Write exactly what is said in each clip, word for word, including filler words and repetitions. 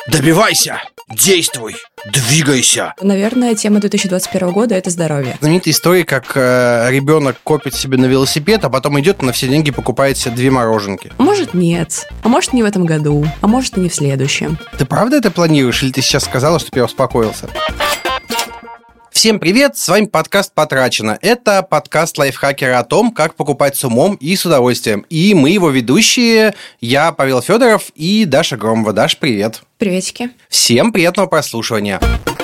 Добивайся! Действуй! Двигайся! Наверное, тема две тысячи двадцать первого года – это здоровье. Знаменитая история, как э, ребенок копит себе на велосипед, а потом идет и на все деньги покупает себе две мороженки. Может, нет. А может, не в этом году. А может, и не в следующем. Ты правда это планируешь, или ты сейчас сказала, чтобы я успокоился? Всем привет, с вами подкаст «Потрачено». Это подкаст лайфхакера о том, как покупать с умом и с удовольствием. И мы его ведущие, я, Павел Федоров, и Даша Громова. Даш, привет. Приветики. Всем приятного прослушивания.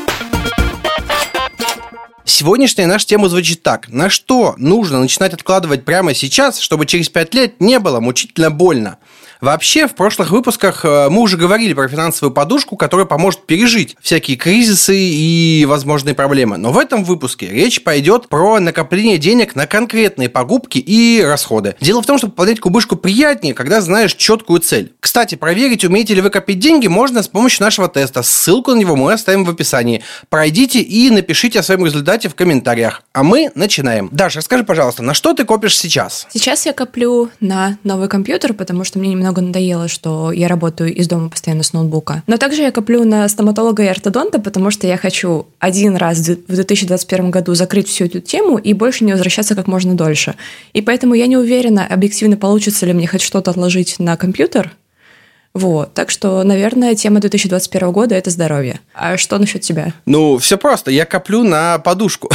Сегодняшняя наша тема звучит так. На что нужно начинать откладывать прямо сейчас, чтобы через пять лет не было мучительно больно? Вообще, в прошлых выпусках мы уже говорили про финансовую подушку, которая поможет пережить всякие кризисы и возможные проблемы. Но в этом выпуске речь пойдет про накопление денег на конкретные покупки и расходы. Дело в том, что пополнять кубышку приятнее, когда знаешь четкую цель. Кстати, проверить, умеете ли вы копить деньги, можно с помощью нашего теста. Ссылку на него мы оставим в описании. Пройдите и напишите о своем результате в комментариях. А мы начинаем. Даша, расскажи, пожалуйста, на что ты копишь сейчас? Сейчас я коплю на новый компьютер, потому что мне немного надоело, что я работаю из дома постоянно с ноутбука. Но также я коплю на стоматолога и ортодонта, потому что я хочу один раз в две тысячи двадцать первом году закрыть всю эту тему и больше не возвращаться как можно дольше. И поэтому я не уверена, объективно получится ли мне хоть что-то отложить на компьютер. Вот, так что, наверное, тема две тысячи двадцать первого года – это здоровье. А что насчет тебя? Ну, все просто. Я коплю на подушку.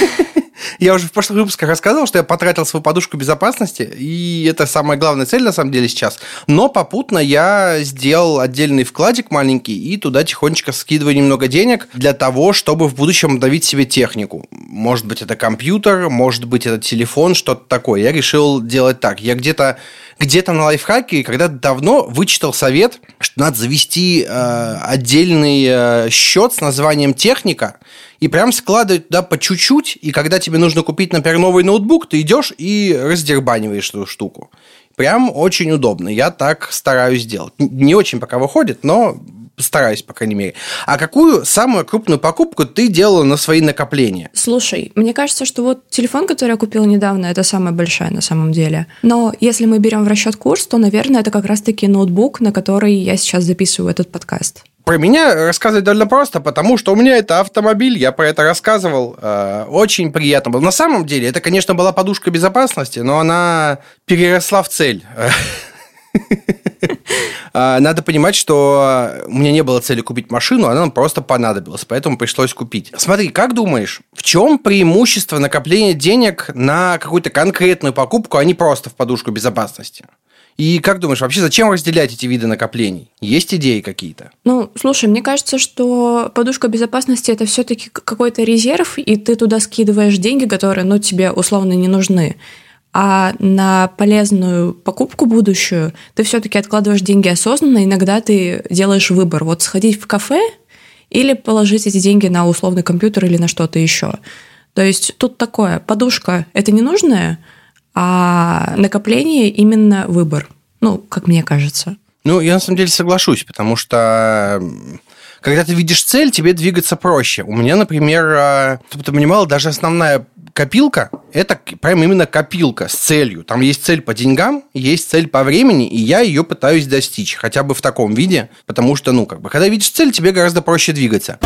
Я уже в прошлых выпусках рассказывал, что я потратил свою подушку безопасности, и это самая главная цель, на самом деле, сейчас. Но попутно я сделал отдельный вкладик маленький, и туда тихонечко скидываю немного денег для того, чтобы в будущем обновить себе технику. Может быть, это компьютер, может быть, это телефон, что-то такое. Я решил делать так. Я где-то где-то на лайфхаке когда-то давно вычитал совет, что надо завести э, отдельный э, счет с названием «Техника», и прям складывать туда по чуть-чуть, и когда тебе нужно купить, например, новый ноутбук, ты идешь и раздербаниваешь эту штуку. Прям очень удобно. Я так стараюсь делать. Не очень пока выходит, но стараюсь, по крайней мере. А какую самую крупную покупку ты делала на свои накопления? Слушай, мне кажется, что вот телефон, который я купила недавно, это самая большая на самом деле. Но если мы берем в расчет курс, то, наверное, это как раз-таки ноутбук, на который я сейчас записываю этот подкаст. Про меня рассказывать довольно просто, потому что у меня это автомобиль, я про это рассказывал, э, очень приятно было. На самом деле, это, конечно, была подушка безопасности, но она переросла в цель. Надо понимать, что у меня не было цели купить машину, она нам просто понадобилась, поэтому пришлось купить. Смотри, как думаешь, в чем преимущество накопления денег на какую-то конкретную покупку, а не просто в подушку безопасности? И как думаешь, вообще зачем разделять эти виды накоплений? Есть идеи какие-то? Ну, слушай, мне кажется, что подушка безопасности – это все-таки какой-то резерв, и ты туда скидываешь деньги, которые, ну, тебе условно не нужны. А на полезную покупку будущую ты все-таки откладываешь деньги осознанно, иногда ты делаешь выбор. Вот сходить в кафе или положить эти деньги на условный компьютер или на что-то еще. То есть тут такое, подушка – это ненужное, а накопление именно выбор. Ну, как мне кажется. Ну, я на самом деле соглашусь, потому что когда ты видишь цель, тебе двигаться проще. У меня, например, чтобы ты понимал, даже основная копилка – это прям именно копилка с целью. Там есть цель по деньгам, есть цель по времени, и я ее пытаюсь достичь, хотя бы в таком виде, потому что, ну, как бы, когда видишь цель, тебе гораздо проще двигаться.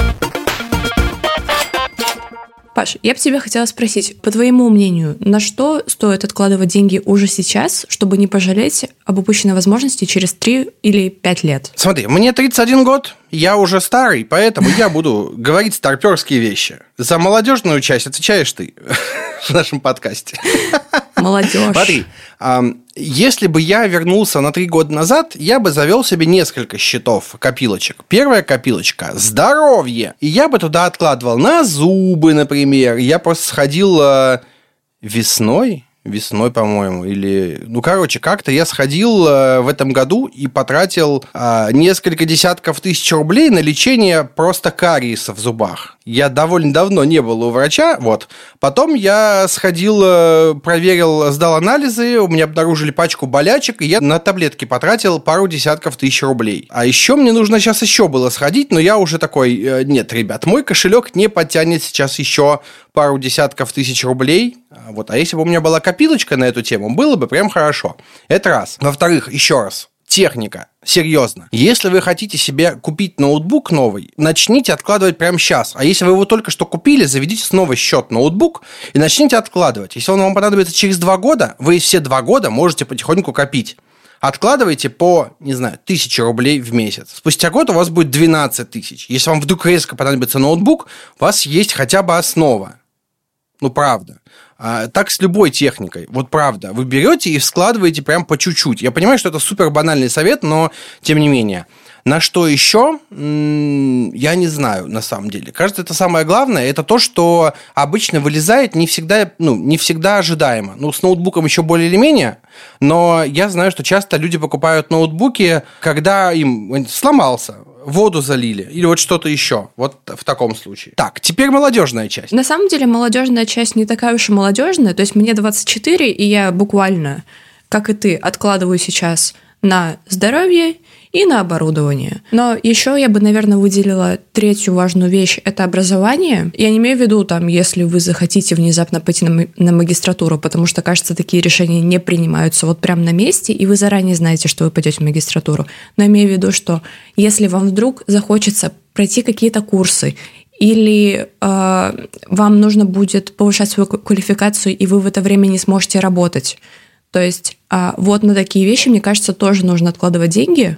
Паш, я бы тебя хотела спросить, по твоему мнению, на что стоит откладывать деньги уже сейчас, чтобы не пожалеть об упущенной возможности через три или пять лет? Смотри, мне тридцать один год, я уже старый, поэтому я буду говорить старперские вещи. За молодежную часть отвечаешь ты в нашем подкасте. Молодежь. Смотри, если бы я вернулся на три года назад, я бы завел себе несколько счетов, копилочек. Первая копилочка – здоровье. И я бы туда откладывал на зубы, например. Я просто сходил весной, весной, по-моему, или... Ну, короче, как-то я сходил в этом году и потратил несколько десятков тысяч рублей на лечение просто кариеса в зубах. Я довольно давно не был у врача, вот. Потом я сходил, проверил, сдал анализы, у меня обнаружили пачку болячек, и я на таблетки потратил пару десятков тысяч рублей. А еще мне нужно сейчас еще было сходить, но я уже такой, нет, ребят, мой кошелек не подтянет сейчас еще пару десятков тысяч рублей. Вот. А если бы у меня была копилочка на эту тему, было бы прям хорошо. Это раз. Во-вторых, еще раз. техника. Серьезно. Если вы хотите себе купить ноутбук новый, начните откладывать прямо сейчас. А если вы его только что купили, заведите снова счет ноутбук и начните откладывать. Если он вам понадобится через два года, вы все два года можете потихоньку копить. Откладывайте по, не знаю, тысяче рублей в месяц. Спустя год у вас будет двенадцать тысяч. Если вам вдруг резко понадобится ноутбук, у вас есть хотя бы основа. Ну, правда. А, так с любой техникой. Вот правда. Вы берете и складываете прям по чуть-чуть. Я понимаю, что это супер банальный совет, но тем не менее. На что еще, я не знаю, на самом деле. Кажется, это самое главное. Это то, что обычно вылезает не всегда, ну, не всегда ожидаемо. Ну, с ноутбуком еще более или менее. Но я знаю, что часто люди покупают ноутбуки, когда им сломался, воду залили или вот что-то еще. Вот в таком случае. Так, теперь молодежная часть. На самом деле молодежная часть не такая уж и молодежная. То есть мне двадцать четыре, и я буквально, как и ты, откладываю сейчас на здоровье и на оборудование. Но еще я бы, наверное, выделила третью важную вещь – это образование. Я не имею в виду, там, если вы захотите внезапно пойти на, на магистратуру, потому что, кажется, такие решения не принимаются вот прямо на месте, и вы заранее знаете, что вы пойдете в магистратуру. Но имею в виду, что если вам вдруг захочется пройти какие-то курсы, или э, вам нужно будет повышать свою квалификацию, и вы в это время не сможете работать. То есть э, вот на такие вещи, мне кажется, тоже нужно откладывать деньги.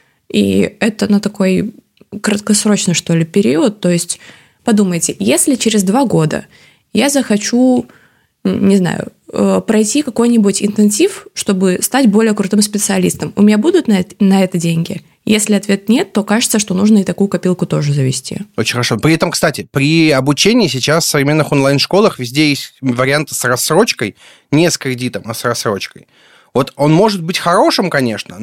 И это на такой краткосрочный, что ли, период. То есть подумайте, если через два года я захочу, не знаю, пройти какой-нибудь интенсив, чтобы стать более крутым специалистом, у меня будут на это, на это деньги? Если ответ нет, то кажется, что нужно и такую копилку тоже завести. Очень хорошо. При этом, кстати, при обучении сейчас в современных онлайн-школах везде есть варианты с рассрочкой, не с кредитом, а с рассрочкой. Вот он может быть хорошим, конечно,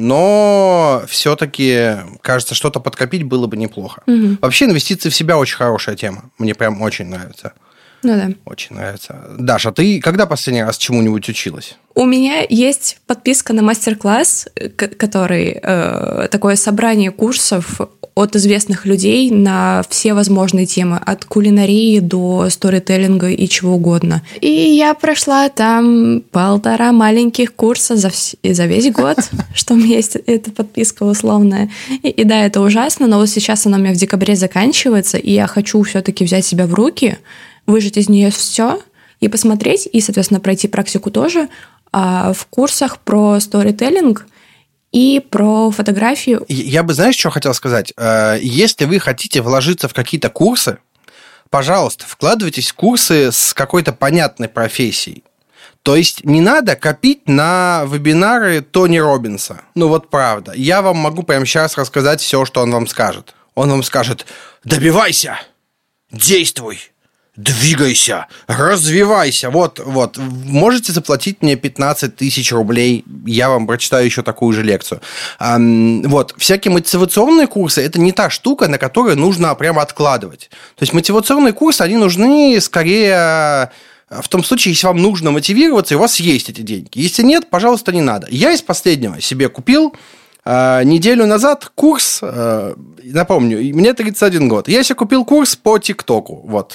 но все-таки, кажется, что-то подкопить было бы неплохо. Угу. Вообще инвестиции в себя очень хорошая тема. Мне прям очень нравится. Ну да. Очень нравится. Даша, ты когда последний раз чему-нибудь училась? У меня есть подписка на мастер-класс, который э, такое собрание курсов от известных людей на все возможные темы, от кулинарии до сторителлинга и чего угодно. И я прошла там полтора маленьких курса за, вс- за весь год, что у меня есть эта подписка условная. И, и да, это ужасно, но вот сейчас она у меня в декабре заканчивается, и я хочу все-таки взять себя в руки, выжать из нее все и посмотреть, и, соответственно, пройти практику тоже а в курсах про сторителлинг и про фотографию. Я бы, знаешь, что хотел сказать? Если вы хотите вложиться в какие-то курсы, пожалуйста, вкладывайтесь в курсы с какой-то понятной профессией. То есть не надо копить на вебинары Тони Роббинса. Ну вот правда. Я вам могу прямо сейчас рассказать все, что он вам скажет. Он вам скажет: добивайся, действуй, двигайся, развивайся. Вот, вот. Можете заплатить мне пятнадцать тысяч рублей, я вам прочитаю еще такую же лекцию. Вот. Всякие мотивационные курсы – это не та штука, на которую нужно прямо откладывать. То есть мотивационные курсы, они нужны скорее в том случае, если вам нужно мотивироваться, и у вас есть эти деньги. Если нет, пожалуйста, не надо. Я из последнего себе купил неделю назад курс, напомню, мне тридцать один год, я себе купил курс по ТикТоку, вот.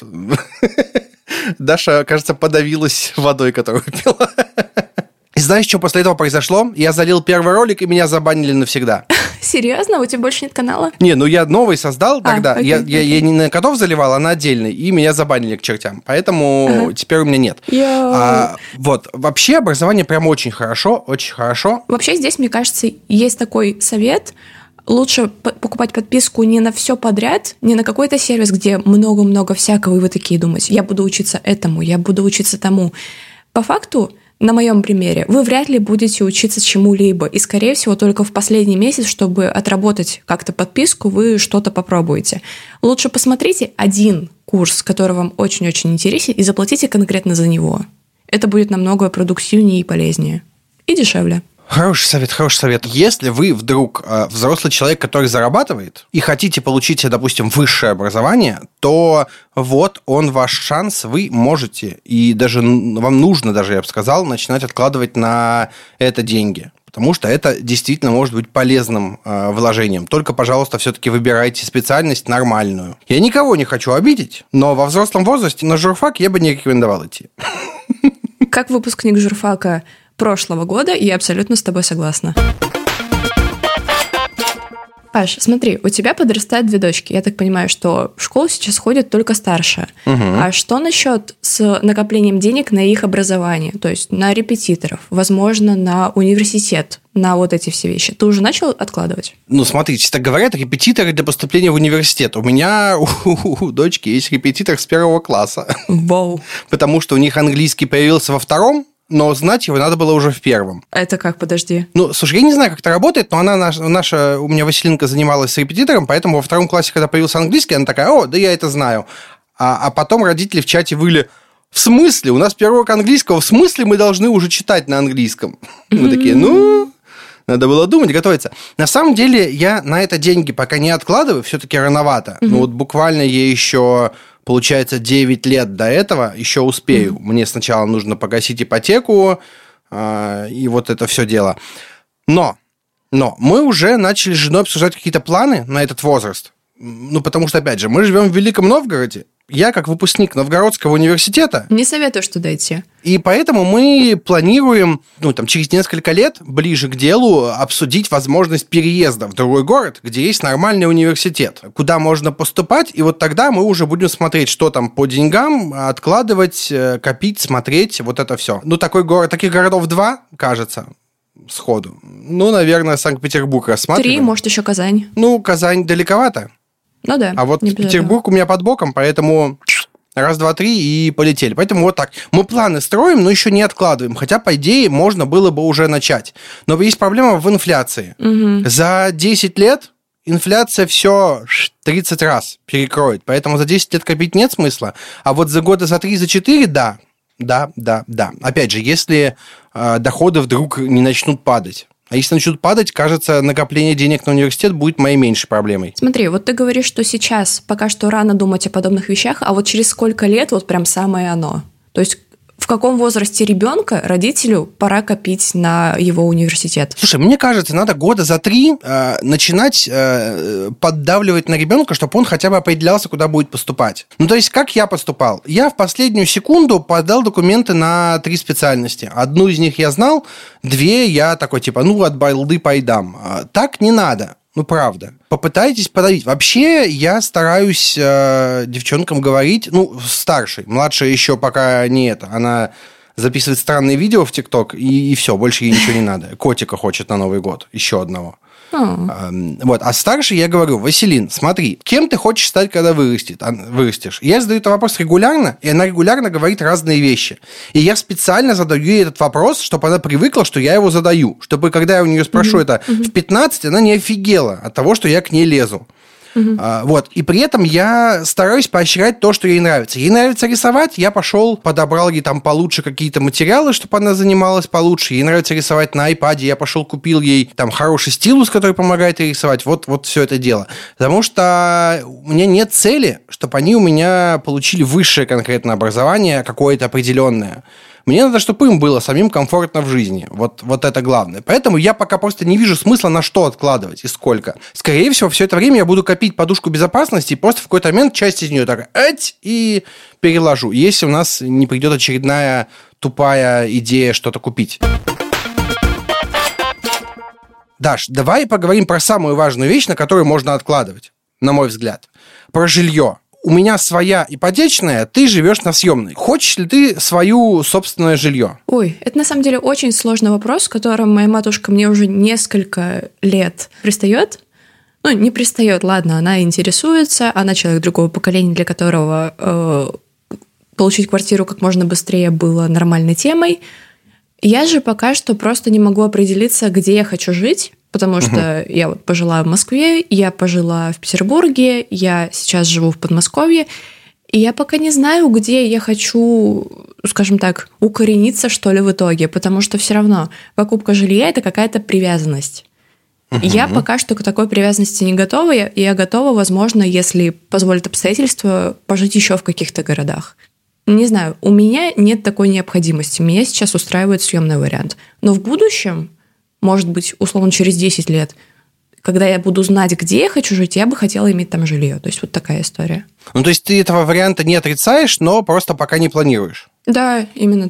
Даша, кажется, подавилась водой, которую пила. И знаешь, что после этого произошло? Я залил первый ролик, и меня забанили навсегда. Серьезно? У тебя больше нет канала? Не, ну я новый создал тогда. А, окей, я, окей. Я, я не на котов заливал, а на отдельный. И меня забанили к чертям. Поэтому ага. теперь у меня нет. А, вот. Вообще образование прям очень хорошо, очень хорошо. Вообще здесь, мне кажется, есть такой совет. Лучше покупать подписку не на все подряд, не на какой-то сервис, где много-много всякого, и вы такие думаете: я буду учиться этому, я буду учиться тому. По факту, на моем примере, вы вряд ли будете учиться чему-либо, и, скорее всего, только в последний месяц, чтобы отработать как-то подписку, вы что-то попробуете. Лучше посмотрите один курс, который вам очень-очень интересен, и заплатите конкретно за него. Это будет намного продуктивнее и полезнее. И дешевле. Хороший совет, хороший совет. Если вы вдруг э, взрослый человек, который зарабатывает, и хотите получить, допустим, высшее образование, то вот он ваш шанс, вы можете, и даже вам нужно, даже я бы сказал, начинать откладывать на это деньги. Потому что это действительно может быть полезным э, вложением. Только, пожалуйста, все-таки выбирайте специальность нормальную. Я никого не хочу обидеть, но во взрослом возрасте на журфак я бы не рекомендовал идти. Как выпускник журфака прошлого года, я абсолютно с тобой согласна. Паш, смотри, у тебя подрастают две дочки. Я так понимаю, что в школу сейчас ходит только старшая. Угу. А что насчет с накоплением денег на их образование? То есть на репетиторов, возможно, на университет, на вот эти все вещи. Ты уже начал откладывать? Ну, смотрите, так говорят, репетиторы для поступления в университет. У меня у, у, у дочки есть репетитор с первого класса. Вау. Потому что у них английский появился во втором, но знать его надо было уже в первом. Это как, подожди? Ну, слушай, я не знаю, как это работает, но она наша, наша у меня Василинка занималась с репетитором, поэтому во втором классе, когда появился английский, она такая: о, да я это знаю. А, а потом родители в чате выли: в смысле? У нас первый урок английского, в смысле мы должны уже читать на английском? Мы такие: ну, надо было думать, готовиться. На самом деле, я на это деньги пока не откладываю, все-таки рановато. Ну, вот буквально ей еще... Получается, девять лет до этого еще успею. Mm-hmm. Мне сначала нужно погасить ипотеку э, и вот это все дело. Но, но мы уже начали с женой обсуждать какие-то планы на этот возраст. Ну, потому что, опять же, мы живем в Великом Новгороде. Я, как выпускник Новгородского университета... Не советую туда идти. И поэтому мы планируем, ну, там, через несколько лет, ближе к делу, обсудить возможность переезда в другой город, где есть нормальный университет, куда можно поступать, и вот тогда мы уже будем смотреть, что там по деньгам, откладывать, копить, смотреть, вот это все. Ну, такой город, таких городов два, кажется, сходу. Ну, наверное, Санкт-Петербург рассматриваем. Три, может, еще Казань. Ну, Казань далековато. Ну да. А вот Петербург у меня под боком, поэтому раз, два, три и полетели. Поэтому вот так. Мы планы строим, но еще не откладываем. Хотя, по идее, можно было бы уже начать. Но есть проблема в инфляции. Угу. За десять лет инфляция все тридцать раз перекроет. Поэтому за десять лет копить нет смысла. А вот за года за три, за четыре, да. Да, да, да. Опять же, если э, доходы вдруг не начнут падать. А если начнут падать, кажется, накопление денег на университет будет моей меньшей проблемой. Смотри, вот ты говоришь, что сейчас пока что рано думать о подобных вещах, а вот через сколько лет вот прям самое оно? То есть в каком возрасте ребенка родителю пора копить на его университет? Слушай, мне кажется, надо года за три э, начинать э, поддавливать на ребенка, чтобы он хотя бы определялся, куда будет поступать. Ну, то есть, как я поступал? Я в последнюю секунду подал документы на три специальности. Одну из них я знал, две я такой, типа, ну, от балды пайдам. Так не надо. Ну, правда. Попытайтесь подавить. Вообще, я стараюсь э, девчонкам говорить, ну, старшей, младшая еще пока не это. Она записывает странные видео в ТикТок, и, и все, больше ей ничего не надо. Котика хочет на Новый год, еще одного. Oh. Вот. А старший я говорю: Василин, смотри, кем ты хочешь стать, когда вырастет, вырастешь? Я задаю этот вопрос регулярно, и она регулярно говорит разные вещи. И я специально задаю ей этот вопрос, чтобы она привыкла, что я его задаю. Чтобы, когда я у нее спрошу mm-hmm. это mm-hmm. в пятнадцать, она не офигела от того, что я к ней лезу. Uh-huh. А, вот. И при этом я стараюсь поощрять то, что ей нравится. Ей нравится рисовать, я пошел, подобрал ей там получше какие-то материалы, чтобы она занималась получше. Ей нравится рисовать на iPad, я пошел, купил ей там хороший стилус, который помогает ей рисовать. Вот, вот все это дело. Потому что у меня нет цели, чтобы они у меня получили высшее конкретное образование, какое-то определенное. Мне надо, чтобы им было самим комфортно в жизни. Вот, вот это главное. Поэтому я пока просто не вижу смысла, на что откладывать и сколько. Скорее всего, все это время я буду копить подушку безопасности и просто в какой-то момент часть из нее так эть, и переложу. Если у нас не придет очередная тупая идея что-то купить. Даш, давай поговорим про самую важную вещь, на которую можно откладывать, на мой взгляд. Про жилье. У меня своя ипотечная, ты живешь на съемной. Хочешь ли ты свою собственное жилье? Ой, это на самом деле очень сложный вопрос, с которым моя матушка мне уже несколько лет пристает. Ну, не пристает, ладно, она интересуется, она человек другого поколения, для которого э, получить квартиру как можно быстрее было нормальной темой. Я же пока что просто не могу определиться, где я хочу жить. Потому что угу. я вот пожила в Москве, я пожила в Петербурге, я сейчас живу в Подмосковье, и я пока не знаю, где я хочу, скажем так, укорениться, что ли, в итоге, потому что все равно покупка жилья – это какая-то привязанность. Угу. Я пока что к такой привязанности не готова, и я готова, возможно, если позволят обстоятельства, пожить еще в каких-то городах. Не знаю, у меня нет такой необходимости, меня сейчас устраивает съемный вариант. Но в будущем, может быть, условно, через десять лет, когда я буду знать, где я хочу жить, я бы хотела иметь там жилье. То есть вот такая история. Ну, то есть ты этого варианта не отрицаешь, но просто пока не планируешь? Да, именно так.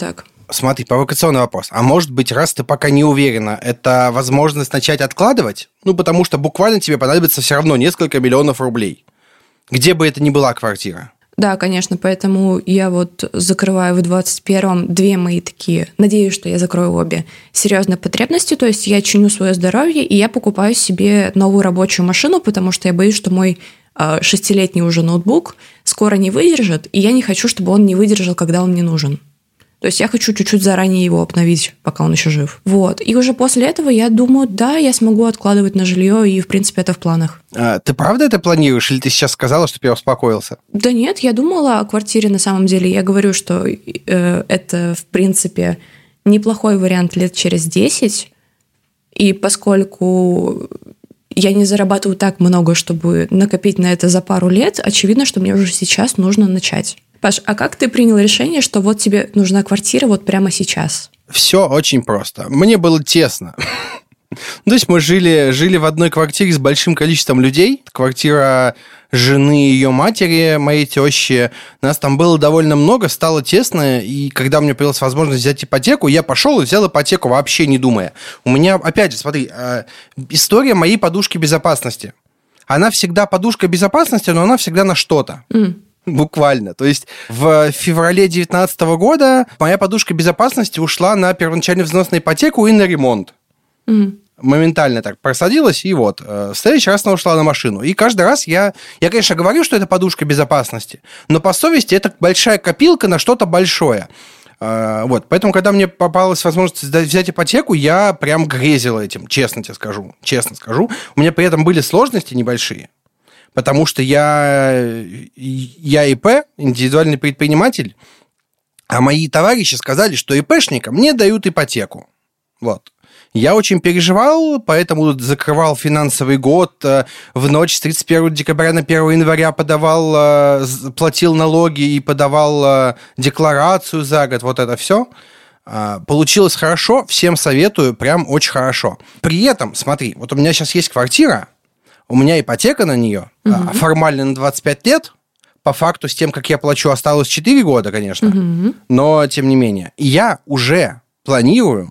Смотри, провокационный вопрос. А может быть, раз ты пока не уверена, это возможность начать откладывать? Ну, потому что буквально тебе понадобится все равно несколько миллионов рублей. Где бы это ни была квартира. Да, конечно, поэтому я вот закрываю в двадцать первом две мои такие, надеюсь, что я закрою обе, серьезные потребности, то есть я чиню свое здоровье, и я покупаю себе новую рабочую машину, потому что я боюсь, что мой э, шестилетний уже ноутбук скоро не выдержит, и я не хочу, чтобы он не выдержал, когда он мне нужен. То есть я хочу чуть-чуть заранее его обновить, пока он еще жив. Вот. И уже после этого я думаю, да, я смогу откладывать на жилье, и, в принципе, это в планах. А, ты правда это планируешь, или ты сейчас сказала, чтобы я успокоился? Да нет, я думала о квартире на самом деле. Я говорю, что э, это, в принципе, неплохой вариант лет через десять. И поскольку я не зарабатываю так много, чтобы накопить на это за пару лет, очевидно, что мне уже сейчас нужно начать. Паш, а как ты принял решение, что вот тебе нужна квартира вот прямо сейчас? Все очень просто. Мне было тесно. То есть мы жили, жили в одной квартире с большим количеством людей. Квартира жены ее матери, моей тещи. Нас там было довольно много, стало тесно. И когда у меня появилась возможность взять ипотеку, я пошел и взял ипотеку, вообще не думая. У меня, опять же, смотри, история моей подушки безопасности. Она всегда подушка безопасности, но она всегда на что-то. Mm. Буквально. То есть в феврале две тысячи девятнадцатого года моя подушка безопасности ушла на первоначальный взнос на ипотеку и на ремонт. Mm. Моментально так просадилась, и вот. В следующий раз она ушла на машину. И каждый раз я... Я, конечно, говорю, что это подушка безопасности, но по совести это большая копилка на что-то большое. Вот. Поэтому, когда мне попалась возможность взять ипотеку, я прям грезил этим, честно тебе скажу. Честно скажу. У меня при этом были сложности небольшие. Потому что я, я ИП, индивидуальный предприниматель, а мои товарищи сказали, что ИПшникам не дают ипотеку. Вот. Я очень переживал, поэтому закрывал финансовый год, в ночь с тридцать первого декабря на первого января подавал, платил налоги и подавал декларацию за год, вот это все. Получилось хорошо, всем советую, прям очень хорошо. При этом, смотри, вот у меня сейчас есть квартира, у меня ипотека на нее, угу. формально на двадцать пять лет, по факту с тем, как я плачу, осталось четыре года, конечно, угу. но тем не менее. И я уже планирую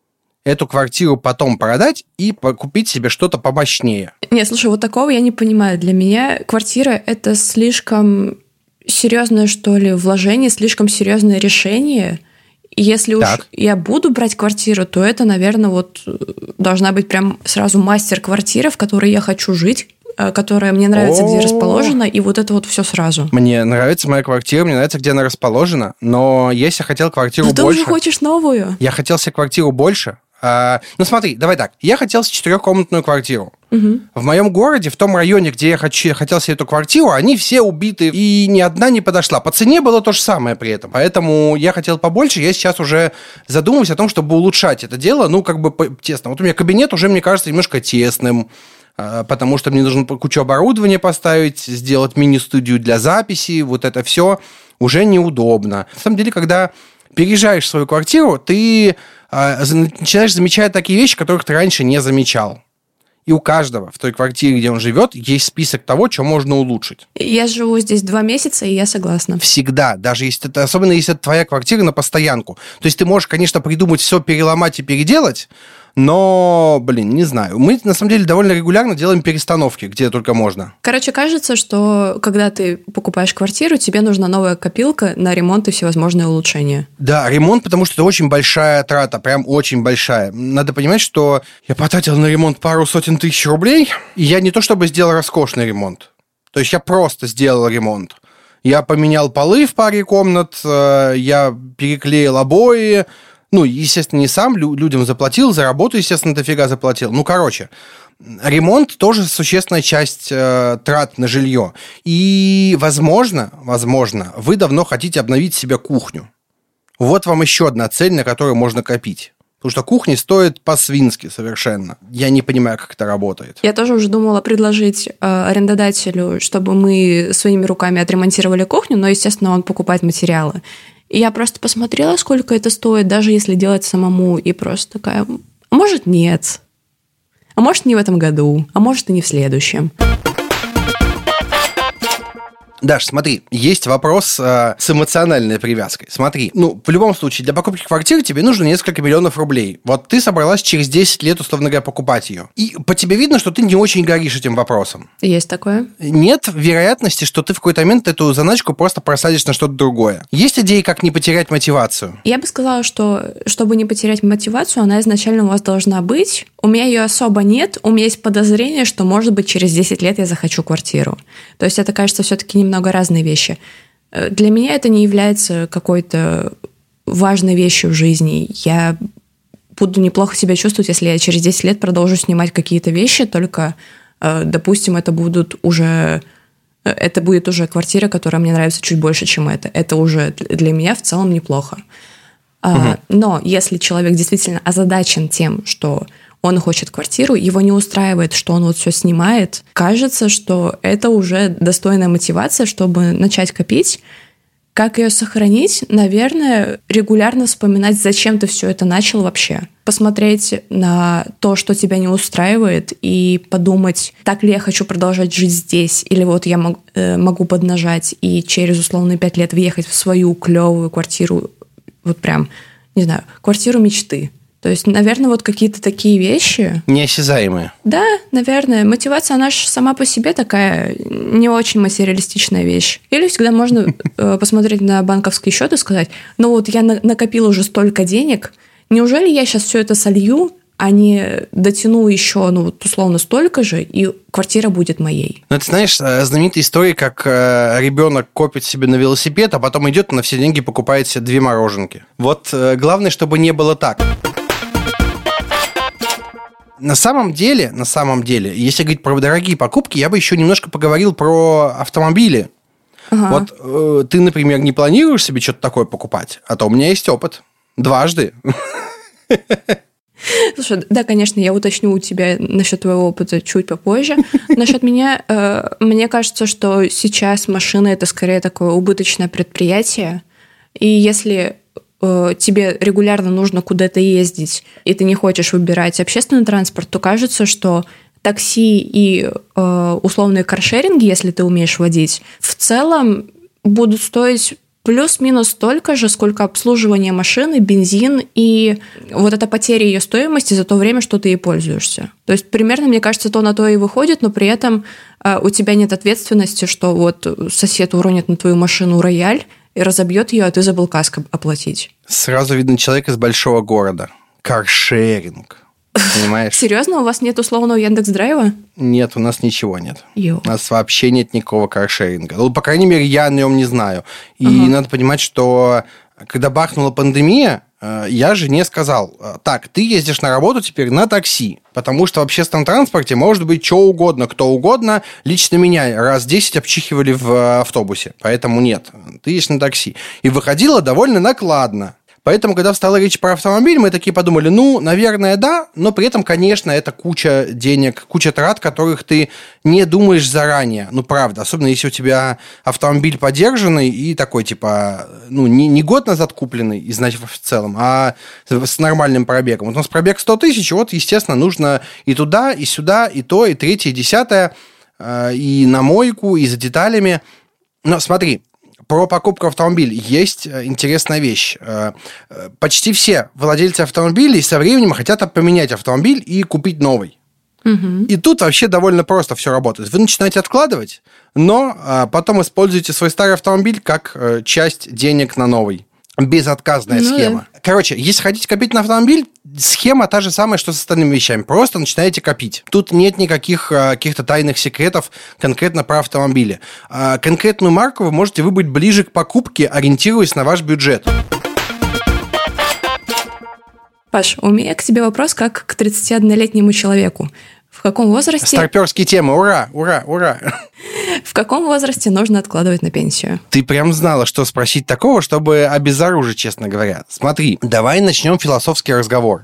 эту квартиру потом продать и купить себе что-то помощнее. Нет, слушай, вот такого я не понимаю. Для меня квартира – это слишком серьезное, что ли, вложение, слишком серьезное решение. И если уж так. я буду брать квартиру, то это, наверное, вот должна быть прям сразу мастер-квартира, в которой я хочу жить, которая мне нравится, О-о-о. где расположена, и вот это вот все сразу. Мне нравится моя квартира, мне нравится, где она расположена, но если я хотел квартиру но больше... ты уже хочешь новую. Я хотел себе квартиру больше. А, ну смотри, давай так. Я хотел себе четырехкомнатную квартиру. Угу. В моем городе, в том районе, где я хочу, хотел себе эту квартиру, они все убиты, и ни одна не подошла. По цене было то же самое при этом. Поэтому я хотел побольше. Я сейчас уже задумываюсь о том, чтобы улучшать это дело. Ну, как бы тесно. Вот у меня кабинет уже, мне кажется, немножко тесным, потому что мне нужно кучу оборудования поставить, сделать мини-студию для записи. Вот это все уже неудобно. На самом деле, когда переезжаешь в свою квартиру, ты начинаешь замечать такие вещи, которых ты раньше не замечал. И у каждого в той квартире, где он живет, есть список того, что можно улучшить. Я живу здесь два месяца, и я согласна. Всегда, даже если это, особенно если это твоя квартира на постоянку. То есть ты можешь, конечно, придумать все, переломать и переделать, но, блин, не знаю. Мы, на самом деле, довольно регулярно делаем перестановки, где только можно. Короче, кажется, что когда ты покупаешь квартиру, тебе нужна новая копилка на ремонт и всевозможные улучшения. Да, ремонт, потому что это очень большая трата, прям очень большая. Надо понимать, что я потратил на ремонт пару сотен тысяч рублей, и я не то чтобы сделал роскошный ремонт. То есть я просто сделал ремонт. Я поменял полы в паре комнат, я переклеил обои. Ну, естественно, не сам, людям заплатил, за работу, естественно, дофига заплатил. Ну, короче, ремонт тоже существенная часть э, трат на жилье. И, возможно, возможно, вы давно хотите обновить себе кухню. Вот вам еще одна цель, на которую можно копить. Потому что кухни стоят по-свински совершенно. Я не понимаю, как это работает. Я тоже уже думала предложить э, арендодателю, чтобы мы своими руками отремонтировали кухню, но, естественно, он покупает материалы. И я просто посмотрела, сколько это стоит, даже если делать самому, и просто такая, а может, нет. А может, не в этом году, а может, и не в следующем. Даш, смотри, есть вопрос э, с эмоциональной привязкой. Смотри, ну, в любом случае, для покупки квартиры тебе нужно несколько миллионов рублей. Вот ты собралась через десять лет, условно говоря, покупать ее. И по тебе видно, что ты не очень горишь этим вопросом. Есть такое. Нет вероятности, что ты в какой-то момент эту заначку просто просадишь на что-то другое. Есть идеи, как не потерять мотивацию? Я бы сказала, что чтобы не потерять мотивацию, она изначально у вас должна быть. У меня ее особо нет. У меня есть подозрение, что, может быть, через десять лет я захочу квартиру. То есть это, кажется, все-таки немного разные вещи. Для меня это не является какой-то важной вещью в жизни. Я буду неплохо себя чувствовать, если я через десять лет продолжу снимать какие-то вещи, только, допустим, это будут уже... Это будет уже квартира, которая мне нравится чуть больше, чем это. Это уже для меня в целом неплохо. Угу. Но если человек действительно озадачен тем, что он хочет квартиру, его не устраивает, что он вот все снимает, кажется, что это уже достойная мотивация, чтобы начать копить. Как ее сохранить? Наверное, регулярно вспоминать, зачем ты все это начал вообще. Посмотреть на то, что тебя не устраивает, и подумать, так ли я хочу продолжать жить здесь, или вот я мог, э, могу поднажать и через условные пять лет въехать в свою клевую квартиру, вот прям, не знаю, квартиру мечты. То есть, наверное, вот какие-то такие вещи... Неосязаемые. Да, наверное. Мотивация, она же сама по себе такая не очень материалистичная вещь. Или всегда можно э, посмотреть на банковский счет и сказать, ну вот я на- накопила уже столько денег, неужели я сейчас все это солью, а не дотяну еще, ну, вот условно, столько же, и квартира будет моей. Ну, ты знаешь, знаменитая история, как э, ребенок копит себе на велосипед, а потом идет и на все деньги покупает себе две мороженки. Вот э, главное, чтобы не было так. На самом деле, на самом деле, если говорить про дорогие покупки, я бы еще немножко поговорил про автомобили. Ага. Вот э, ты, например, не планируешь себе что-то такое покупать, а то у меня есть опыт. Дважды. Слушай, да, конечно, я уточню у тебя насчет твоего опыта чуть попозже. Насчет меня, э, мне кажется, что сейчас машина – это скорее такое убыточное предприятие, и если э, тебе регулярно нужно куда-то ездить, и ты не хочешь выбирать общественный транспорт, то кажется, что такси и э, условные каршеринги, если ты умеешь водить, в целом будут стоить плюс-минус столько же, сколько обслуживание машины, бензин и вот эта потеря ее стоимости за то время, что ты ей пользуешься. То есть примерно, мне кажется, то на то и выходит, но при этом э, у тебя нет ответственности, что вот сосед уронит на твою машину рояль и разобьет ее, а ты забыл каск оплатить. Сразу видно человек из большого города. Каршеринг. Понимаешь? Серьезно? У вас нет условного Яндекс.Драйва? Нет, у нас ничего нет. Йо. У нас вообще нет никакого каршеринга. Ну, по крайней мере, я о нем не знаю. И ага. надо понимать, что когда бахнула пандемия, я жене сказал, так, ты ездишь на работу теперь на такси, потому что в общественном транспорте может быть что угодно, кто угодно. Лично меня раз десять обчихивали в автобусе, поэтому нет, ты едешь на такси. И выходило довольно накладно. Поэтому, когда встала речь про автомобиль, мы такие подумали, ну, наверное, да, но при этом, конечно, это куча денег, куча трат, которых ты не думаешь заранее. Ну, правда, особенно если у тебя автомобиль подержанный и такой, типа, ну, не, не год назад купленный, и, значит, в целом, а с нормальным пробегом. Вот у нас пробег сто тысяч, вот, естественно, нужно и туда, и сюда, и то, и третье, и десятое, и на мойку, и за деталями. Но смотри, про покупку автомобиля есть интересная вещь. Почти все владельцы автомобилей со временем хотят поменять автомобиль и купить новый. Угу. И тут вообще довольно просто все работает. Вы начинаете откладывать, но потом используете свой старый автомобиль как часть денег на новый. Безотказная ну, схема. Да. Короче, если хотите копить на автомобиль, схема та же самая, что с остальными вещами. Просто начинаете копить. Тут нет никаких а, каких-то тайных секретов конкретно про автомобили. А, конкретную марку вы можете выбрать ближе к покупке, ориентируясь на ваш бюджет. Паш, у меня к тебе вопрос как к тридцатиоднолетнему человеку. В каком возрасте... Старпёрские темы, ура, ура, ура. В каком возрасте нужно откладывать на пенсию? Ты прям знала, что спросить такого, чтобы обезоружить, честно говоря. Смотри, давай начнем философский разговор.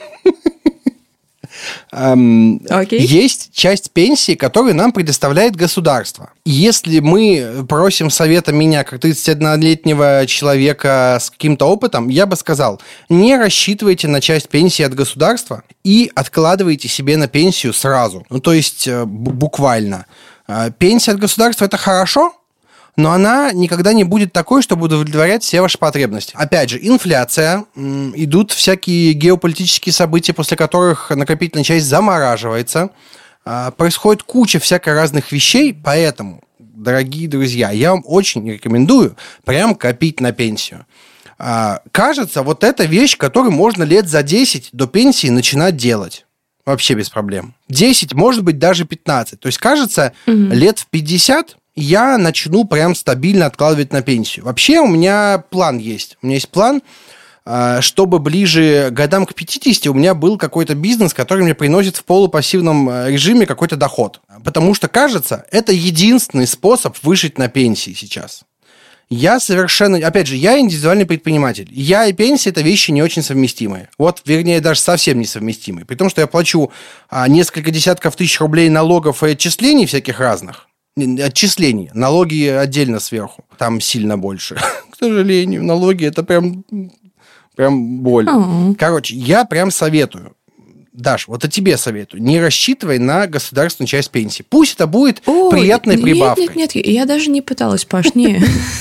Okay. Есть часть пенсии, которую нам предоставляет государство. Если мы просим совета меня, как тридцатиоднолетнего человека с каким-то опытом, я бы сказал, не рассчитывайте на часть пенсии от государства и откладывайте себе на пенсию сразу. Ну, то есть, буквально. Пенсия от государства – это хорошо, но она никогда не будет такой, чтобы удовлетворять все ваши потребности. Опять же, инфляция, идут всякие геополитические события, после которых накопительная часть замораживается, происходит куча всяких разных вещей, поэтому, дорогие друзья, я вам очень рекомендую прям копить на пенсию. Кажется, вот эта вещь, которую можно лет за десять до пенсии начинать делать. Вообще без проблем. десять, может быть, даже пятнадцать. То есть, кажется, угу. лет в пятьдесят я начну прям стабильно откладывать на пенсию. Вообще у меня план есть. У меня есть план, чтобы ближе к годам к пятидесяти у меня был какой-то бизнес, который мне приносит в полупассивном режиме какой-то доход. Потому что, кажется, это единственный способ выжить на пенсии сейчас. Я совершенно... Опять же, я индивидуальный предприниматель. Я и пенсия – это вещи не очень совместимые. Вот, вернее, даже совсем несовместимые. При том, что я плачу а, несколько десятков тысяч рублей налогов и отчислений всяких разных. Отчислений. Налоги отдельно сверху. Там сильно больше. К сожалению, налоги – это прям... Прям боль. Mm-hmm. Короче, я прям советую. Даш, вот и тебе советую. Не рассчитывай на государственную часть пенсии. Пусть это будет Ой, приятной нет, прибавкой. Нет, нет, нет, я даже не пыталась, Паш, не.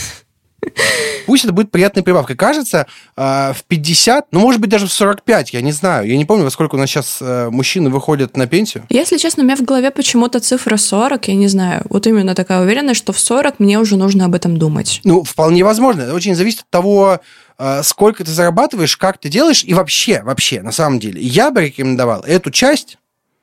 Пусть это будет приятной прибавкой. Кажется, в пятьдесят, ну, может быть, даже в сорок пять, я не знаю. Я не помню, во сколько у нас сейчас мужчины выходят на пенсию. Если честно, у меня в голове почему-то цифра сорок, я не знаю. Вот именно такая уверенность, что в сорок мне уже нужно об этом думать. Ну, вполне возможно. Это очень зависит от того, сколько ты зарабатываешь, как ты делаешь, и вообще, вообще, на самом деле, я бы рекомендовал эту часть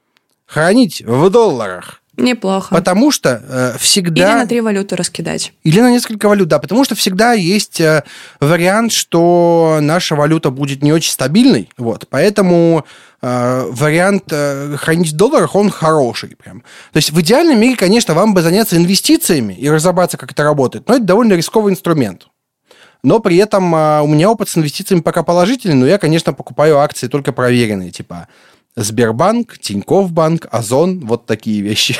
хранить в долларах. Неплохо. Потому что э, всегда... Или на три валюты раскидать. Или на несколько валют, да. Потому что всегда есть э, вариант, что наша валюта будет не очень стабильной. Вот. Поэтому э, вариант э, хранить в долларах, он хороший. Прям. То есть в идеальном мире, конечно, вам бы заняться инвестициями и разобраться, как это работает. Но это довольно рисковый инструмент. Но при этом э, у меня опыт с инвестициями пока положительный, но я, конечно, покупаю акции только проверенные, типа... Сбербанк, Тинькофф банк, Озон, вот такие вещи.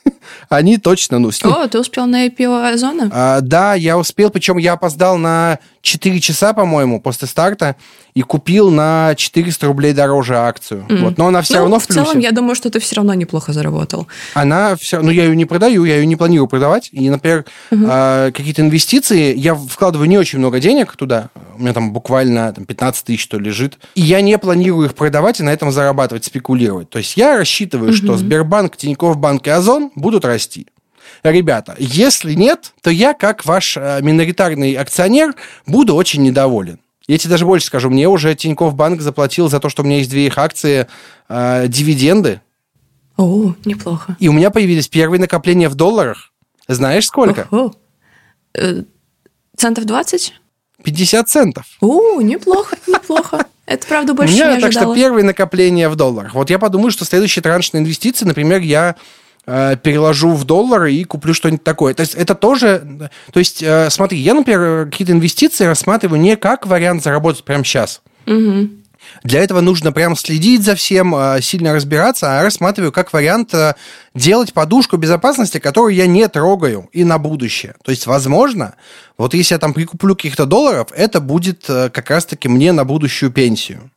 Они точно, ну... С... О, ты успел на ай пи о Озона? А, да, я успел, причем я опоздал на четыре часа, по-моему, после старта, и купил на четыреста рублей дороже акцию. Mm. Вот, но она все ну, равно в, в плюсе. В целом, я думаю, что ты все равно неплохо заработал. Она все... Ну, я ее не продаю, я ее не планирую продавать. И, например, uh-huh. а, какие-то инвестиции, я вкладываю не очень много денег туда, у меня там буквально там, пятнадцать тысяч, что лежит, и я не планирую их продавать и на этом зарабатывать, спекулировать. То есть я рассчитываю, uh-huh. что Сбербанк, Тинькофф банк и Озон будут расти. Ребята, если нет, то я, как ваш миноритарный акционер, буду очень недоволен. Я тебе даже больше скажу, мне уже Тинькофф банк заплатил за то, что у меня есть две их акции, э, дивиденды. О, неплохо. И у меня появились первые накопления в долларах. Знаешь, сколько? О-хо. Э, центов двадцать? пятьдесят центов. О, неплохо, неплохо. Это, правда, больше не ожидала. Так что первые накопления в долларах. Вот я подумаю, что следующий транш на инвестиции, например, я... переложу в доллары и куплю что-нибудь такое. То есть это тоже... То есть, смотри, я, например, какие-то инвестиции рассматриваю не как вариант заработать прямо сейчас. Угу. Для этого нужно прям следить за всем, сильно разбираться, а рассматриваю как вариант делать подушку безопасности, которую я не трогаю и на будущее. То есть, возможно, вот если я там прикуплю каких-то долларов, это будет как раз-таки мне на будущую пенсию.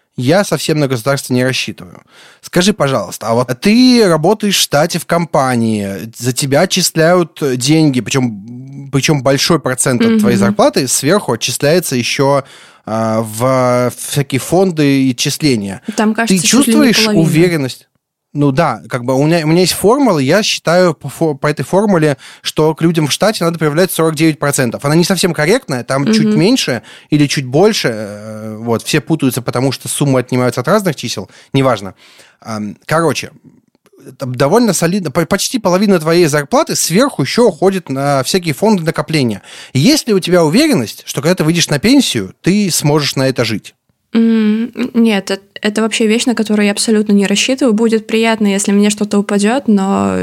Я совсем на государство не рассчитываю. Скажи, пожалуйста, а вот ты работаешь в штате в компании, за тебя отчисляют деньги, причем, причем большой процент mm-hmm. от твоей зарплаты сверху отчисляется еще а, в всякие фонды и отчисления. Там, кажется, ты чувствуешь уверенность? Ну да, как бы у меня, у меня есть формула, я считаю по, по этой формуле, что к людям в штате надо проявлять сорок девять процентов. Она не совсем корректная, там mm-hmm. чуть меньше или чуть больше. Вот, все путаются, потому что суммы отнимаются от разных чисел, неважно. Короче, довольно солидно, почти половина твоей зарплаты сверху еще уходит на всякие фонды накопления. Есть ли у тебя уверенность, что когда ты выйдешь на пенсию, ты сможешь на это жить? Нет, это, это вообще вещь, на которую я абсолютно не рассчитываю. Будет приятно, если мне что-то упадет, но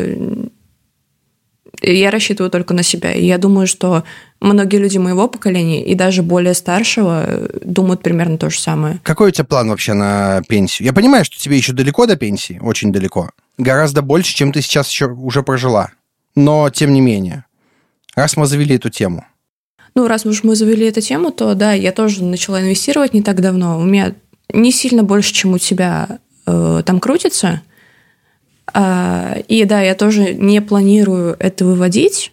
я рассчитываю только на себя. И я думаю, что многие люди моего поколения и даже более старшего думают примерно то же самое. Какой у тебя план вообще на пенсию? Я понимаю, что тебе еще далеко до пенсии, очень далеко. Гораздо больше, чем ты сейчас еще уже прожила. Но, тем не менее, раз мы завели эту тему... Ну, раз уж мы завели эту тему, то да, я тоже начала инвестировать не так давно. У меня не сильно больше, чем у тебя э, там крутится. А, и да, я тоже не планирую это выводить,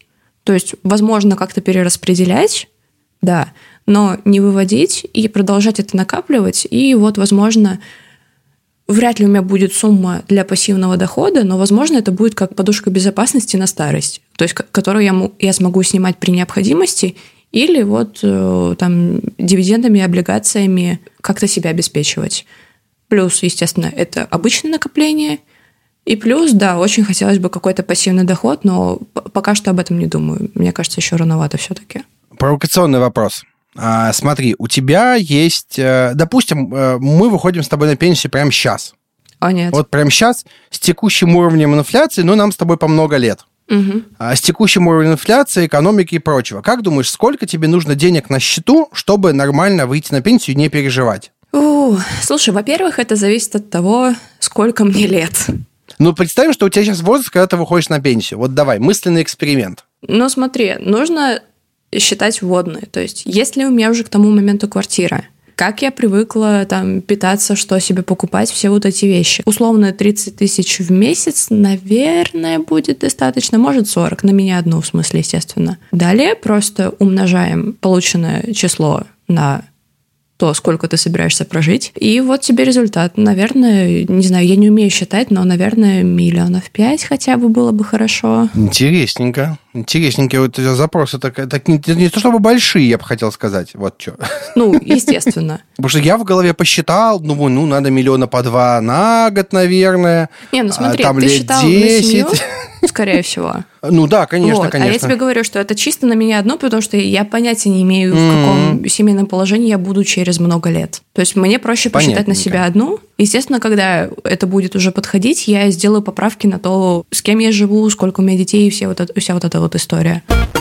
То есть, возможно, как-то перераспределять, да, но не выводить и продолжать это накапливать. И вот, возможно, вряд ли у меня будет сумма для пассивного дохода, но, возможно, это будет как подушка безопасности на старость, то есть которую я, я смогу снимать при необходимости или вот там дивидендами, облигациями как-то себя обеспечивать. Плюс, естественно, это обычное накопление. И плюс, да, очень хотелось бы какой-то пассивный доход, но пока что об этом не думаю. Мне кажется, еще рановато все-таки. Провокационный вопрос. А, смотри, у тебя есть... Допустим, мы выходим с тобой на пенсию прямо сейчас. О, нет. Вот прямо сейчас с текущим уровнем инфляции, ну, нам с тобой по много лет. Угу. А с текущим уровнем инфляции, экономики и прочего. Как думаешь, сколько тебе нужно денег на счету, чтобы нормально выйти на пенсию и не переживать? У, слушай, во-первых, это зависит от того, сколько мне лет. Ну, представим, что у тебя сейчас возраст, когда ты выходишь на пенсию. Вот давай, мысленный эксперимент. Ну, смотри, нужно считать вводные. То есть, есть ли у меня уже к тому моменту квартира? Как я привыкла там питаться, что себе покупать, все вот эти вещи. Условно, тридцать тысяч в месяц, наверное, будет достаточно. Может, сорок. На меня одну, в смысле, естественно. Далее просто умножаем полученное число на то, сколько ты собираешься прожить. И вот тебе результат. Наверное, не знаю, я не умею считать, но, наверное, миллионов пять хотя бы было бы хорошо. Интересненько. Интересненькие вот запросы. Так, так не, не то чтобы большие, я бы хотел сказать. Вот что. Ну, естественно. Потому что я в голове посчитал, думаю, ну, надо миллиона по два на год, наверное. Не, ну смотри, а, там ты лет считал десять. на семью, скорее всего. Ну да, конечно, вот. конечно. А я тебе говорю, что это чисто на меня одно, потому что я понятия не имею, в каком mm-hmm. семейном положении я буду через много лет. То есть мне проще посчитать на себя одну. Естественно, когда это будет уже подходить, я сделаю поправки на то, с кем я живу, сколько у меня детей и все вот это, вся вот эта вот история.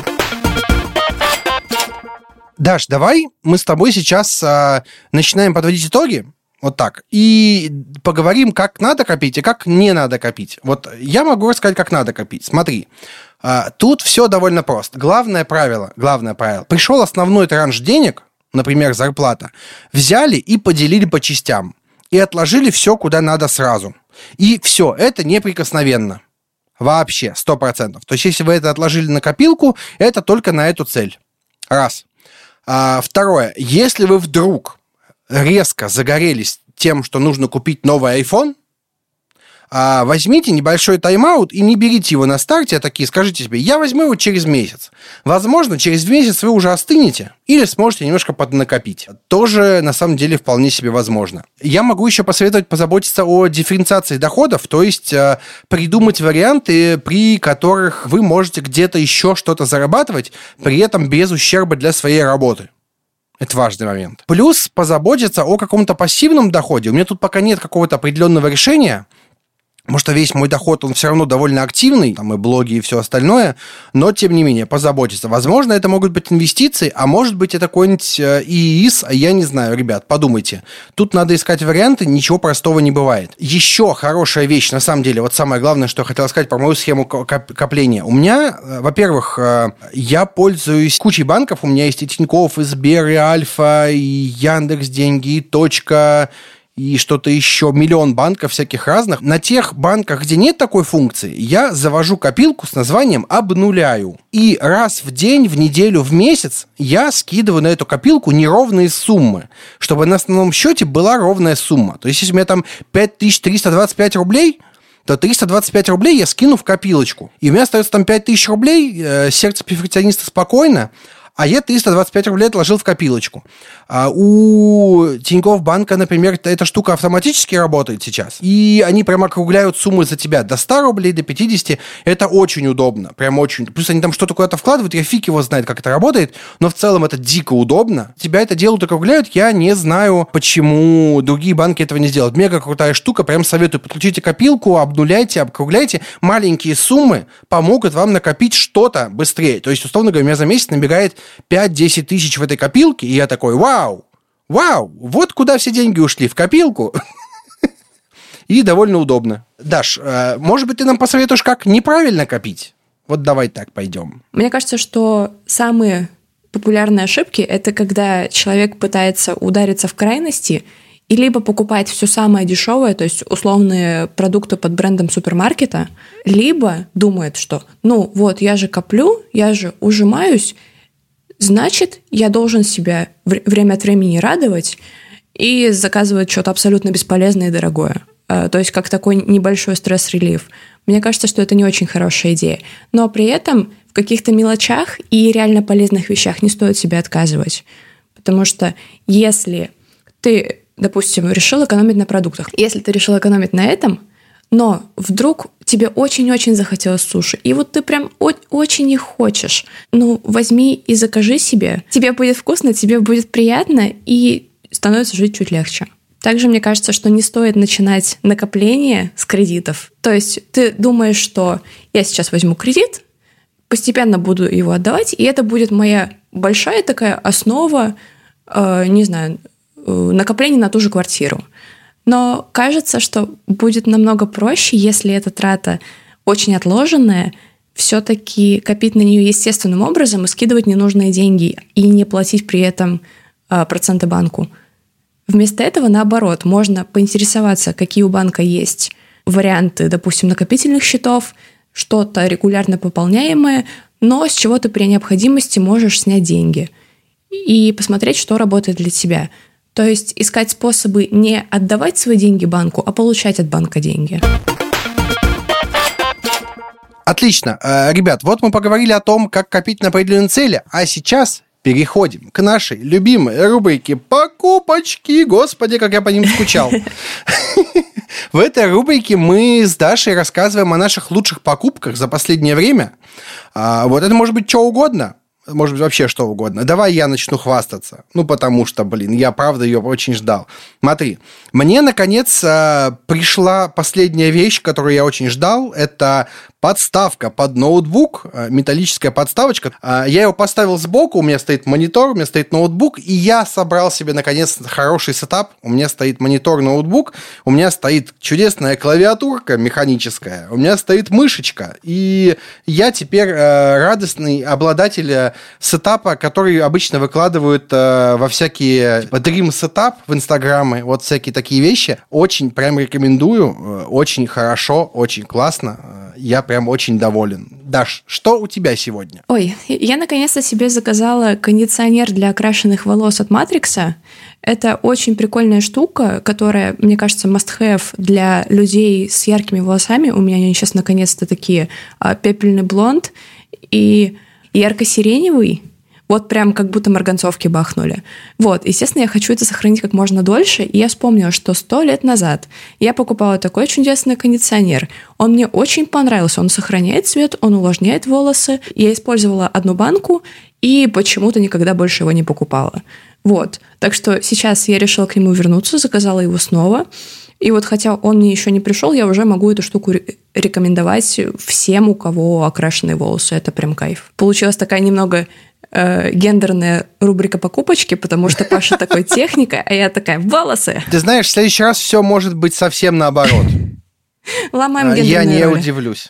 Даш, давай мы с тобой сейчас а, начинаем подводить итоги. Вот так. И поговорим, как надо копить и как не надо копить. Вот я могу рассказать, как надо копить. Смотри, тут все довольно просто. Главное правило, главное правило. Пришел основной транш денег, например, зарплата, взяли и поделили по частям. И отложили все, куда надо сразу. И все, это неприкосновенно. Вообще, сто процентов. То есть, если вы это отложили на копилку, это только на эту цель. Раз. А, второе. Если вы вдруг резко загорелись тем, что нужно купить новый iPhone, возьмите небольшой тайм-аут и не берите его на старте, а такие скажите себе, я возьму его через месяц. Возможно, через месяц вы уже остынете или сможете немножко поднакопить. Тоже, на самом деле, вполне себе возможно. Я могу еще посоветовать позаботиться о дифференциации доходов, то есть придумать варианты, при которых вы можете где-то еще что-то зарабатывать, при этом без ущерба для своей работы. Это важный момент. Плюс позаботиться о каком-то пассивном доходе. У меня тут пока нет какого-то определенного решения, потому что весь мой доход, он все равно довольно активный, там и блоги, и все остальное, но, тем не менее, позаботиться. Возможно, это могут быть инвестиции, а может быть, это какой-нибудь ИИС, я не знаю, ребят, подумайте. Тут надо искать варианты, ничего простого не бывает. Еще хорошая вещь, на самом деле, вот самое главное, что я хотел сказать про мою схему копления. У меня, во-первых, я пользуюсь кучей банков, у меня есть и Тинькофф, и Сбер, и Альфа, и Яндекс.Деньги, и Точка, и что-то еще, миллион банков всяких разных. На тех банках, где нет такой функции, я завожу копилку с названием «Обнуляю». И раз в день, в неделю, в месяц я скидываю на эту копилку неровные суммы, чтобы на основном счете была ровная сумма. То есть, если у меня там пять тысяч триста двадцать пять рублей, то триста двадцать пять рублей я скину в копилочку. И у меня остается там пять тысяч рублей, э, сердце перфекциониста спокойно, а я триста двадцать пять рублей отложил в копилочку. А у Тинькофф банка, например, эта штука автоматически работает сейчас. И они прям округляют суммы за тебя до ста рублей, до пятидесяти. Это очень удобно. Прям очень. Плюс они там что-то куда-то вкладывают, я фиг его знает, как это работает. Но в целом это дико удобно. Тебя это делают, округляют. Я не знаю, почему другие банки этого не сделают. Мега крутая штука. Прям советую. Подключите копилку, обнуляйте, округляйте. Маленькие суммы помогут вам накопить что-то быстрее. То есть, условно говоря, у меня за месяц набегает пять-десять тысяч в этой копилке, и я такой, вау, вау, вот куда все деньги ушли, в копилку. И довольно удобно. Даш, может быть, ты нам посоветуешь, как неправильно копить? Вот давай так пойдем. Мне кажется, что самые популярные ошибки – это когда человек пытается удариться в крайности и либо покупать все самое дешевое, то есть условные продукты под брендом супермаркета, либо думает, что ну вот я же коплю, я же ужимаюсь, значит, я должен себя время от времени радовать и заказывать что-то абсолютно бесполезное и дорогое. То есть как такой небольшой стресс-релив. Мне кажется, что это не очень хорошая идея. Но при этом в каких-то мелочах и реально полезных вещах не стоит себе отказывать. Потому что если ты, допустим, решил экономить на продуктах, если ты решил экономить на этом, но вдруг тебе очень-очень захотелось суши, и вот ты прям очень их хочешь, ну, возьми и закажи себе. Тебе будет вкусно, тебе будет приятно, и становится жить чуть легче. Также мне кажется, что не стоит начинать накопление с кредитов. То есть ты думаешь, что я сейчас возьму кредит, постепенно буду его отдавать, и это будет моя большая такая основа, э, не знаю, э, накопления на ту же квартиру. Но кажется, что будет намного проще, если эта трата очень отложенная, все-таки копить на нее естественным образом и скидывать ненужные деньги, и не платить при этом э, проценты банку. Вместо этого, наоборот, можно поинтересоваться, какие у банка есть варианты, допустим, накопительных счетов, что-то регулярно пополняемое, но с чего ты при необходимости можешь снять деньги и посмотреть, что работает для тебя. То есть искать способы не отдавать свои деньги банку, а получать от банка деньги. Отлично. Ребят, вот мы поговорили о том, как копить на определенные цели, а сейчас переходим к нашей любимой рубрике «Покупочки». Господи, как я по ним скучал. В этой рубрике мы с Дашей рассказываем о наших лучших покупках за последнее время. Вот это может быть что угодно. Может быть, вообще что угодно. Давай я начну хвастаться. Ну, потому что, блин, я, правда, ее очень ждал. Смотри, мне, наконец, пришла последняя вещь, которую я очень ждал. Это подставка под ноутбук, металлическая подставочка. Я его поставил сбоку, у меня стоит монитор, у меня стоит ноутбук, и я собрал себе, наконец, хороший сетап. У меня стоит монитор, ноутбук, у меня стоит чудесная клавиатурка механическая, у меня стоит мышечка, и я теперь радостный обладатель сетапа, который обычно выкладывают во всякие Dream Setup в Инстаграме, вот всякие такие вещи. Очень прям рекомендую, очень хорошо, очень классно. Я прям очень доволен. Даш, что у тебя сегодня? Ой, я наконец-то себе заказала кондиционер для окрашенных волос от Матрикса. Это очень прикольная штука, которая, мне кажется, must-have для людей с яркими волосами. У меня они сейчас наконец-то такие а, пепельный блонд и ярко-сиреневый. Вот прям как будто марганцовки бахнули. Вот, естественно, я хочу это сохранить как можно дольше, и я вспомнила, что сто лет назад я покупала такой чудесный кондиционер. Он мне очень понравился, он сохраняет цвет, он увлажняет волосы. Я использовала одну банку и почему-то никогда больше его не покупала. Вот, так что сейчас я решила к нему вернуться, заказала его снова. И вот хотя он мне еще не пришел, я уже могу эту штуку рекомендовать всем, у кого окрашенные волосы. Это прям кайф. Получилась такая немного э, гендерная рубрика покупочки, потому что Паша такой техника, а я такая волосы. Ты знаешь, в следующий раз все может быть совсем наоборот. Ломаем гендерные роли. Я не удивлюсь.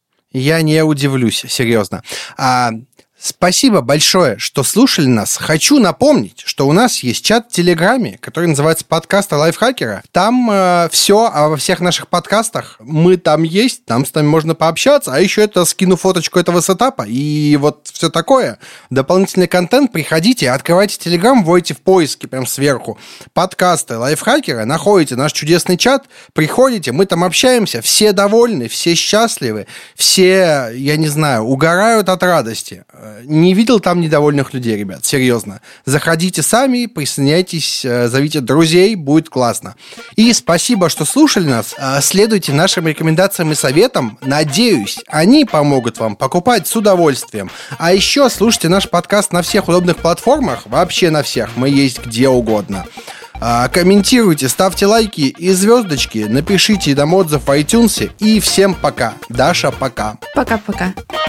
Я не удивлюсь, серьезно. А... Спасибо большое, что слушали нас. Хочу напомнить, что у нас есть чат в Телеграме, который называется «Подкасты лайфхакера». Там э, все о всех наших подкастах. Мы там есть, там с нами можно пообщаться. А еще это скину фоточку этого сетапа и вот все такое. Дополнительный контент. Приходите, открывайте Телеграм, вводите в поиске прям сверху «Подкасты лайфхакера», находите наш чудесный чат, приходите, мы там общаемся, все довольны, все счастливы, все, я не знаю, угорают от радости. Не видел там недовольных людей, ребят, серьезно. Заходите сами, присоединяйтесь, зовите друзей, будет классно. И спасибо, что слушали нас. Следуйте нашим рекомендациям и советам. Надеюсь, они помогут вам покупать с удовольствием. А еще слушайте наш подкаст на всех удобных платформах, вообще на всех, мы есть где угодно. Комментируйте, ставьте лайки и звездочки, напишите нам отзыв в iTunes, и всем пока. Даша, пока. Пока-пока.